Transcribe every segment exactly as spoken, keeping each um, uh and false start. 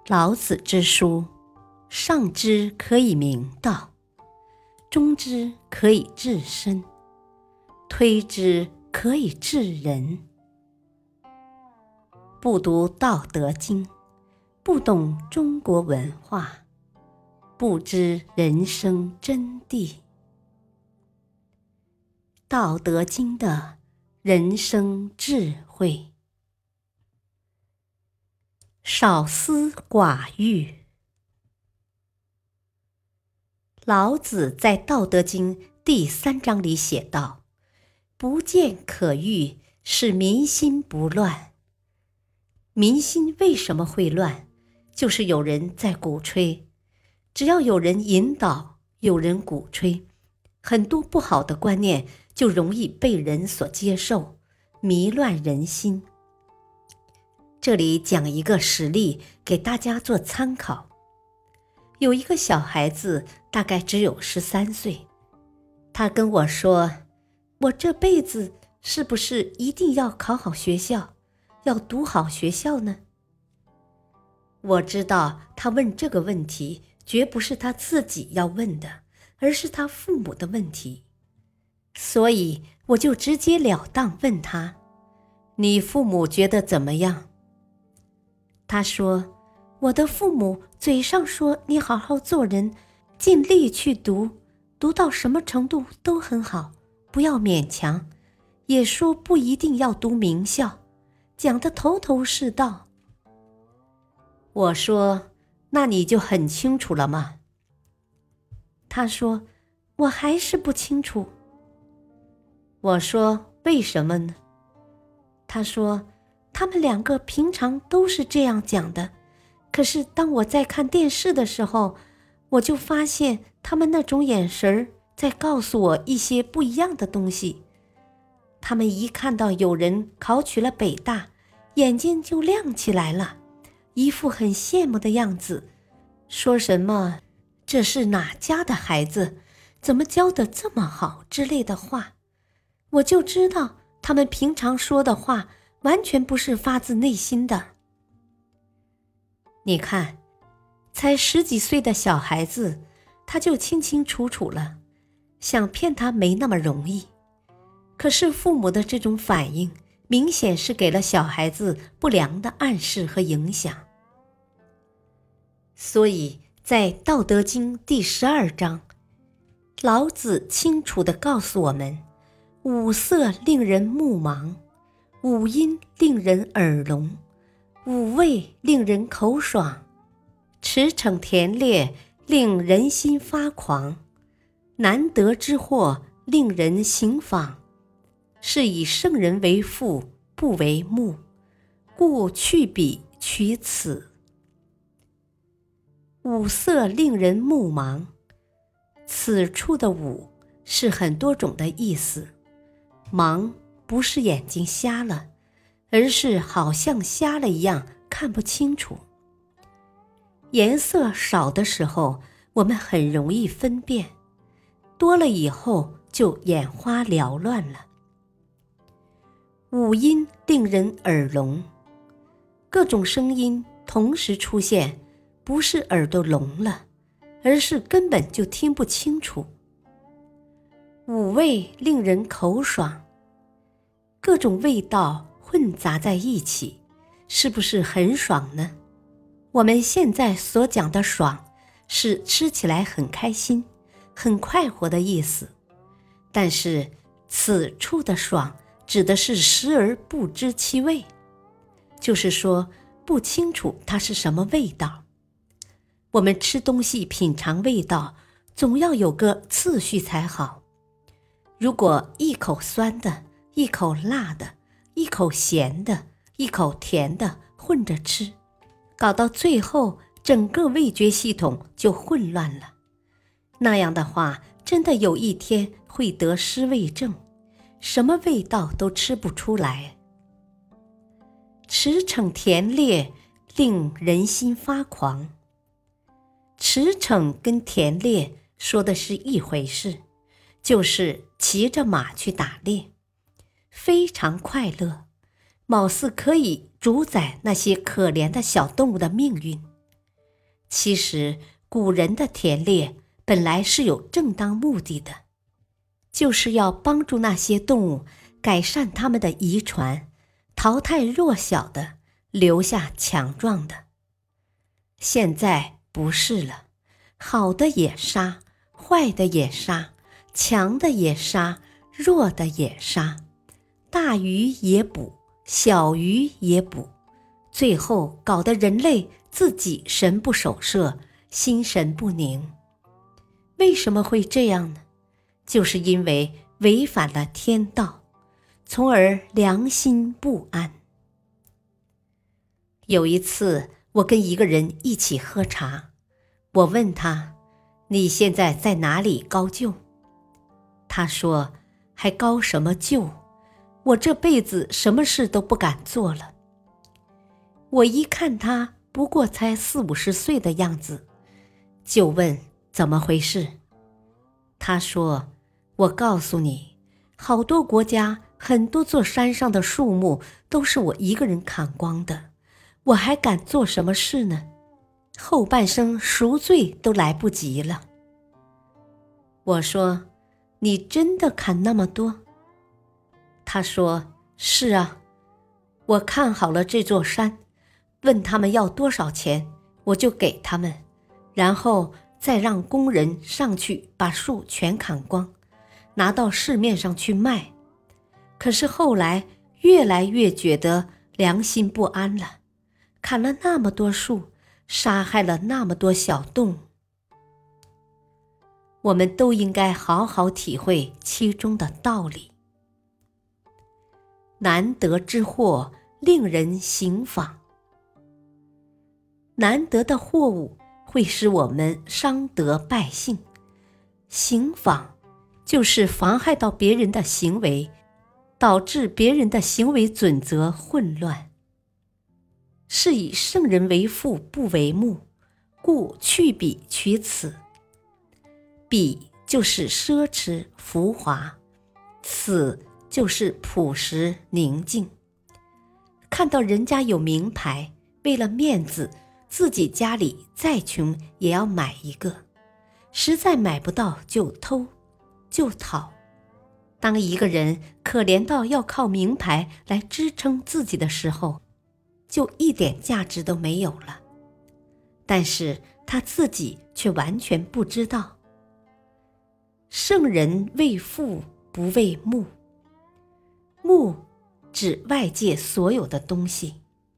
老子之书，上之可以明道，中之可以治身，推之可以治人。不读《道德经》，不懂中国文化，不知人生真谛。《道德经》的人生智慧。少思寡欲。老子在《道德经》第三章里写道：不见可欲，使民心不乱。民心为什么会乱？就是有人在鼓吹。只要有人引导，有人鼓吹，很多不好的观念就容易被人所接受，迷乱人心。这里讲一个实例给大家做参考。有一个小孩子，大概只有十三岁，他跟我说，我这辈子是不是一定要考好学校，要读好学校呢？我知道他问这个问题绝不是他自己要问的，而是他父母的问题。所以我就直截了当问他，你父母觉得怎么样？他说，我的父母嘴上说你好好做人，尽力去读，读到什么程度都很好，不要勉强，也说不一定要读名校，讲得头头是道。我说，那你就很清楚了吗？他说，我还是不清楚。我说，为什么呢？他说，他们两个平常都是这样讲的，可是当我在看电视的时候，我就发现他们那种眼神在告诉我一些不一样的东西。他们一看到有人考取了北大，眼睛就亮起来了，一副很羡慕的样子，说什么这是哪家的孩子，怎么教得这么好之类的话。我就知道他们平常说的话完全不是发自内心的。你看，才十几岁的小孩子，他就清清楚楚了，想骗他没那么容易。可是父母的这种反应，明显是给了小孩子不良的暗示和影响。所以在《道德经》第十二章，老子清楚地告诉我们，五色令人目盲，五音令人耳聋，五味令人口爽，驰骋田猎令人心发狂，难得之货令人行妨。是以圣人为父，不为目，故去彼取此。五色令人目盲，此处的五是很多种的意思。盲不是眼睛瞎了，而是好像瞎了一样看不清楚。颜色少的时候，我们很容易分辨，多了以后就眼花缭乱了。五音令人耳聋，各种声音同时出现，不是耳朵聋了，而是根本就听不清楚。五味令人口爽，各种味道混杂在一起，是不是很爽呢？我们现在所讲的爽，是吃起来很开心、很快活的意思。但是此处的爽，指的是食而不知其味，就是说不清楚它是什么味道。我们吃东西品尝味道，总要有个次序才好。如果一口酸的，一口辣的，一口咸的，一口甜的混着吃，搞到最后整个味觉系统就混乱了。那样的话，真的有一天会得失味症，什么味道都吃不出来。驰骋田猎令人心发狂。驰骋跟田猎说的是一回事，就是骑着马去打猎，非常快乐，貌似可以主宰那些可怜的小动物的命运。 其实古人的田猎本来是有正当目的的，就是要帮助那些动物改善它们的遗传，淘汰弱小的，留下强壮的。现在不是了，好的也杀，坏的也杀，强的也杀，弱的也杀，大鱼也捕，小鱼也捕，最后搞得人类自己神不守舍，心神不宁。为什么会这样呢？就是因为违反了天道，从而良心不安。有一次，我跟一个人一起喝茶，我问他，你现在在哪里高就？他说，还高什么就？我这辈子什么事都不敢做了。我一看他不过才四五十岁的样子，就问怎么回事。他说，我告诉你，好多国家很多座山上的树木都是我一个人砍光的，我还敢做什么事呢？后半生赎罪都来不及了。我说，你真的砍那么多？他说，是啊，我看好了这座山，问他们要多少钱，我就给他们，然后再让工人上去把树全砍光，拿到市面上去卖。可是后来越来越觉得良心不安了，砍了那么多树，杀害了那么多小动物。我们都应该好好体会其中的道理。难得之货，令人行仿。难得的货物会使我们伤得败兴，行仿就是妨害到别人的行为，导致别人的行为准则混乱。是以圣人为父不为目，故去彼取此。彼就是奢侈浮华，此就是朴实宁静。看到人家有名牌，为了面子，自己家里再穷也要买一个，实在买不到就偷就讨。当一个人可怜到要靠名牌来支撑自己的时候，就一点价值都没有了。但是他自己却完全不知道。圣人为父不为目，目指外界所有的东西。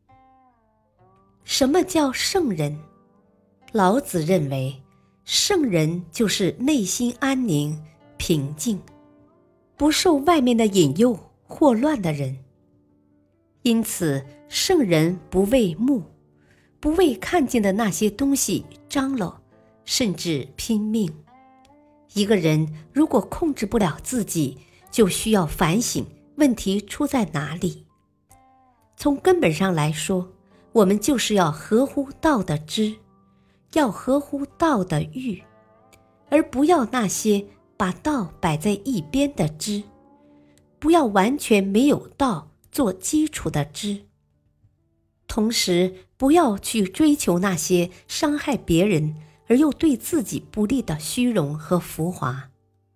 什么叫圣人？老子认为，圣人就是内心安宁、平静，不受外面的引诱、惑乱的人。因此，圣人不为目，不为看见的那些东西张罗，甚至拼命。一个人如果控制不了自己，就需要反省问题出在哪里。从根本上来说，我们就是要合乎道的知，要合乎道的欲，而不要那些把道摆在一边的知，不要完全没有道做基础的知。同时，不要去追求那些伤害别人而又对自己不利的虚荣和浮华。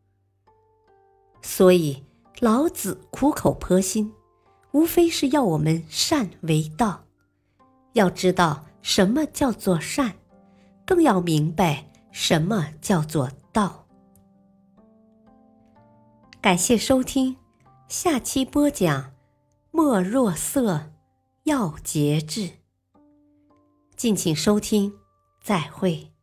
所以，老子苦口婆心，无非是要我们善为道。要知道什么叫做善，更要明白什么叫做道。感谢收听，下期播讲莫若色，要节制。敬请收听，再会。